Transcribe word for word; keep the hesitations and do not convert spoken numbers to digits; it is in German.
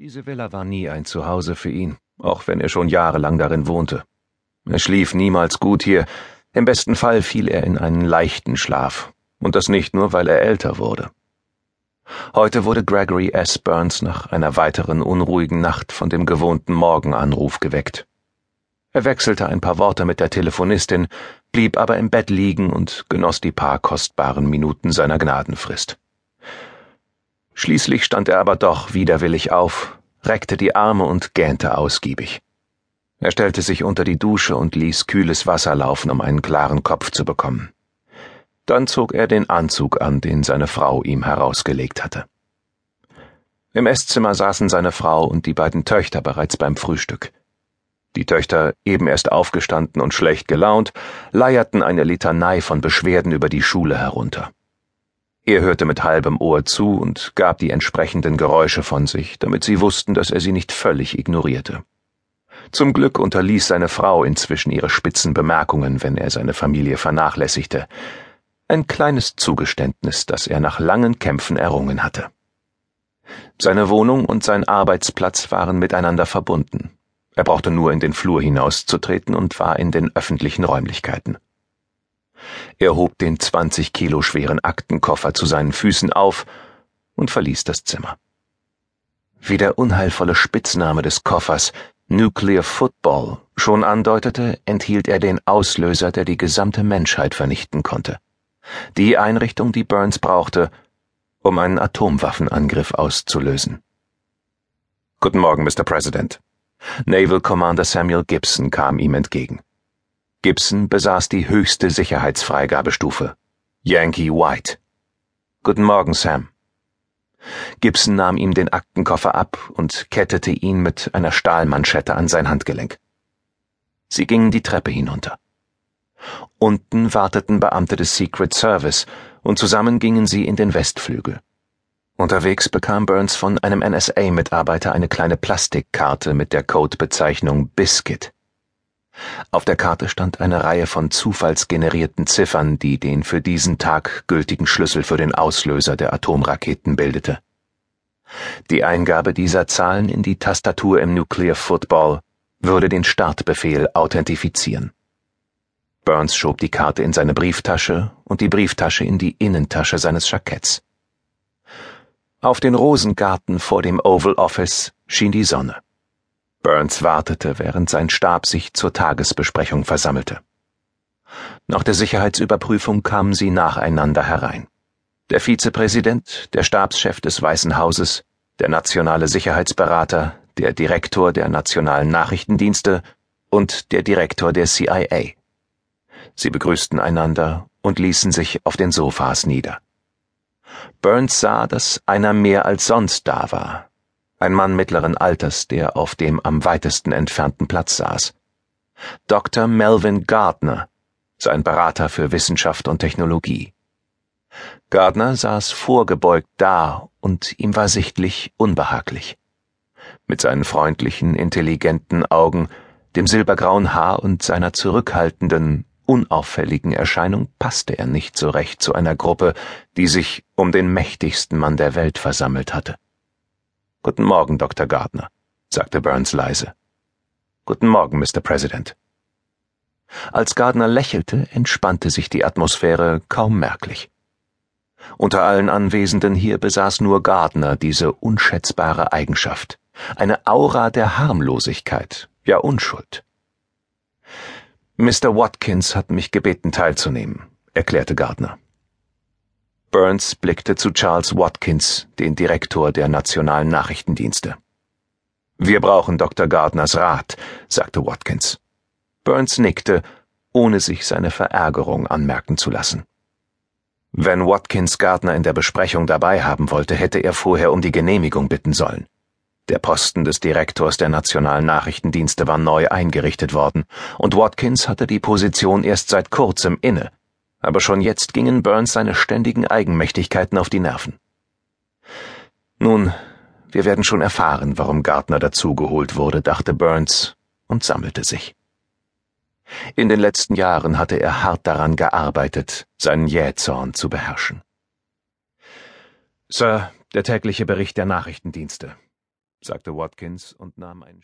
Diese Villa war nie ein Zuhause für ihn, auch wenn er schon jahrelang darin wohnte. Er schlief niemals gut hier, im besten Fall fiel er in einen leichten Schlaf, und das nicht nur, weil er älter wurde. Heute wurde Gregory S. Burns nach einer weiteren unruhigen Nacht von dem gewohnten Morgenanruf geweckt. Er wechselte ein paar Worte mit der Telefonistin, blieb aber im Bett liegen und genoss die paar kostbaren Minuten seiner Gnadenfrist. Schließlich stand er aber doch widerwillig auf, reckte die Arme und gähnte ausgiebig. Er stellte sich unter die Dusche und ließ kühles Wasser laufen, um einen klaren Kopf zu bekommen. Dann zog er den Anzug an, den seine Frau ihm herausgelegt hatte. Im Esszimmer saßen seine Frau und die beiden Töchter bereits beim Frühstück. Die Töchter, eben erst aufgestanden und schlecht gelaunt, leierten eine Litanei von Beschwerden über die Schule herunter. Er hörte mit halbem Ohr zu und gab die entsprechenden Geräusche von sich, damit sie wussten, dass er sie nicht völlig ignorierte. Zum Glück unterließ seine Frau inzwischen ihre spitzen Bemerkungen, wenn er seine Familie vernachlässigte. Ein kleines Zugeständnis, das er nach langen Kämpfen errungen hatte. Seine Wohnung und sein Arbeitsplatz waren miteinander verbunden. Er brauchte nur in den Flur hinauszutreten und war in den öffentlichen Räumlichkeiten. Er hob den zwanzig Kilo schweren Aktenkoffer zu seinen Füßen auf und verließ das Zimmer. Wie der unheilvolle Spitzname des Koffers Nuclear Football schon andeutete, enthielt er den Auslöser, der die gesamte Menschheit vernichten konnte. Die Einrichtung, die Burns brauchte, um einen Atomwaffenangriff auszulösen. »Guten Morgen, Mister President.« Naval Commander Samuel Gibson kam ihm entgegen. Gibson besaß die höchste Sicherheitsfreigabestufe. Yankee White. »Guten Morgen, Sam.« Gibson nahm ihm den Aktenkoffer ab und kettete ihn mit einer Stahlmanschette an sein Handgelenk. Sie gingen die Treppe hinunter. Unten warteten Beamte des Secret Service, und zusammen gingen sie in den Westflügel. Unterwegs bekam Burns von einem N S A-Mitarbeiter eine kleine Plastikkarte mit der Codebezeichnung Biscuit. Auf der Karte stand eine Reihe von zufallsgenerierten Ziffern, die den für diesen Tag gültigen Schlüssel für den Auslöser der Atomraketen bildete. Die Eingabe dieser Zahlen in die Tastatur im Nuclear Football würde den Startbefehl authentifizieren. Burns schob die Karte in seine Brieftasche und die Brieftasche in die Innentasche seines Jacketts. Auf den Rosengarten vor dem Oval Office schien die Sonne. Burns wartete, während sein Stab sich zur Tagesbesprechung versammelte. Nach der Sicherheitsüberprüfung kamen sie nacheinander herein. Der Vizepräsident, der Stabschef des Weißen Hauses, der nationale Sicherheitsberater, der Direktor der nationalen Nachrichtendienste und der Direktor der C I A. Sie begrüßten einander und ließen sich auf den Sofas nieder. Burns sah, dass einer mehr als sonst da war. Ein Mann mittleren Alters, der auf dem am weitesten entfernten Platz saß. Doktor Melvin Gardner, sein Berater für Wissenschaft und Technologie. Gardner saß vorgebeugt da und ihm war sichtlich unbehaglich. Mit seinen freundlichen, intelligenten Augen, dem silbergrauen Haar und seiner zurückhaltenden, unauffälligen Erscheinung passte er nicht so recht zu einer Gruppe, die sich um den mächtigsten Mann der Welt versammelt hatte. »Guten Morgen, Doktor Gardner«, sagte Burns leise. »Guten Morgen, Mister President.« Als Gardner lächelte, entspannte sich die Atmosphäre kaum merklich. Unter allen Anwesenden hier besaß nur Gardner diese unschätzbare Eigenschaft, eine Aura der Harmlosigkeit, ja Unschuld. »Mister Watkins hat mich gebeten, teilzunehmen«, erklärte Gardner. Burns blickte zu Charles Watkins, den Direktor der nationalen Nachrichtendienste. »Wir brauchen Doktor Gardners Rat«, sagte Watkins. Burns nickte, ohne sich seine Verärgerung anmerken zu lassen. Wenn Watkins Gardner in der Besprechung dabei haben wollte, hätte er vorher um die Genehmigung bitten sollen. Der Posten des Direktors der nationalen Nachrichtendienste war neu eingerichtet worden, und Watkins hatte die Position erst seit kurzem inne, aber schon jetzt gingen Burns seine ständigen Eigenmächtigkeiten auf die Nerven. Nun, wir werden schon erfahren, warum Gardner dazugeholt wurde, dachte Burns und sammelte sich. In den letzten Jahren hatte er hart daran gearbeitet, seinen Jähzorn zu beherrschen. »Sir, der tägliche Bericht der Nachrichtendienste«, sagte Watkins und nahm einen